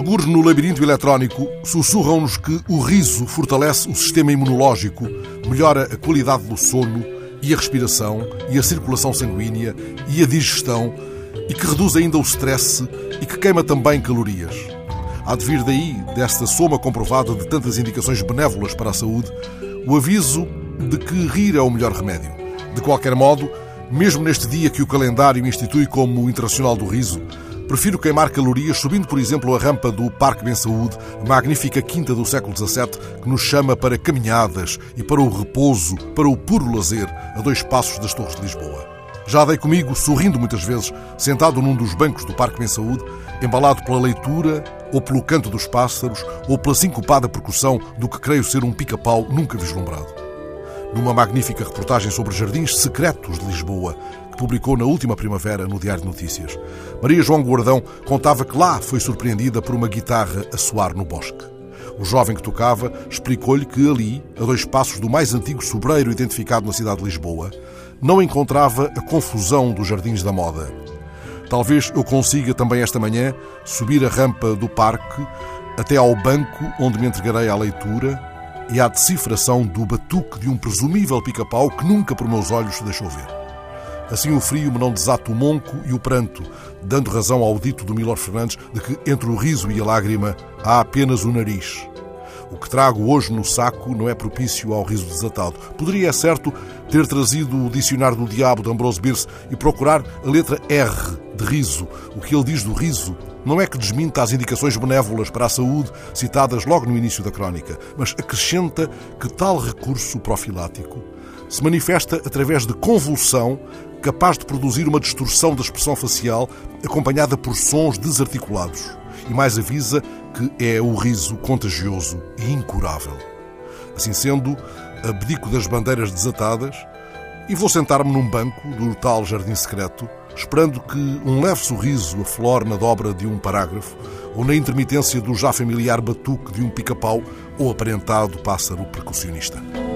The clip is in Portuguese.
Algures no labirinto eletrónico sussurram-nos que o riso fortalece o sistema imunológico, melhora a qualidade do sono e a respiração e a circulação sanguínea e a digestão e que reduz ainda o stress e que queima também calorias. Há de vir daí, desta soma comprovada de tantas indicações benévolas para a saúde, o aviso de que rir é o melhor remédio. De qualquer modo, mesmo neste dia que o calendário institui como o Internacional do Riso, prefiro queimar calorias subindo, por exemplo, a rampa do Parque Bem Saúde, magnífica quinta do século XVII, que nos chama para caminhadas e para o repouso, para o puro lazer, a 2 passos das Torres de Lisboa. Já dei comigo, sorrindo muitas vezes, sentado num dos bancos do Parque Bem Saúde, embalado pela leitura, ou pelo canto dos pássaros, ou pela sincopada percussão do que creio ser um pica-pau nunca vislumbrado. Numa magnífica reportagem sobre jardins secretos de Lisboa, que publicou na última primavera no Diário de Notícias, Maria João Guardão contava que lá foi surpreendida por uma guitarra a soar no bosque. O jovem que tocava explicou-lhe que ali, a 2 passos do mais antigo sobreiro identificado na cidade de Lisboa, não encontrava a confusão dos jardins da moda. Talvez eu consiga também esta manhã subir a rampa do parque até ao banco onde me entregarei à leitura e à decifração do batuque de um presumível pica-pau que nunca por meus olhos se deixou ver. Assim o frio me não desata o monco e o pranto, dando razão ao dito do Milor Fernandes de que entre o riso e a lágrima há apenas o nariz. O que trago hoje no saco não é propício ao riso desatado. Poderia, é certo, ter trazido o Dicionário do Diabo de Ambrose Bierce e procurar a letra R de riso. O que ele diz do riso não é que desminta as indicações benévolas para a saúde citadas logo no início da crónica, mas acrescenta que tal recurso profilático se manifesta através de convulsão capaz de produzir uma distorção da expressão facial acompanhada por sons desarticulados. E mais avisa que é o riso contagioso e incurável. Assim sendo, abdico das bandeiras desatadas e vou sentar-me num banco do tal jardim secreto, esperando que um leve sorriso aflore na dobra de um parágrafo ou na intermitência do já familiar batuque de um pica-pau ou aparentado pássaro percussionista.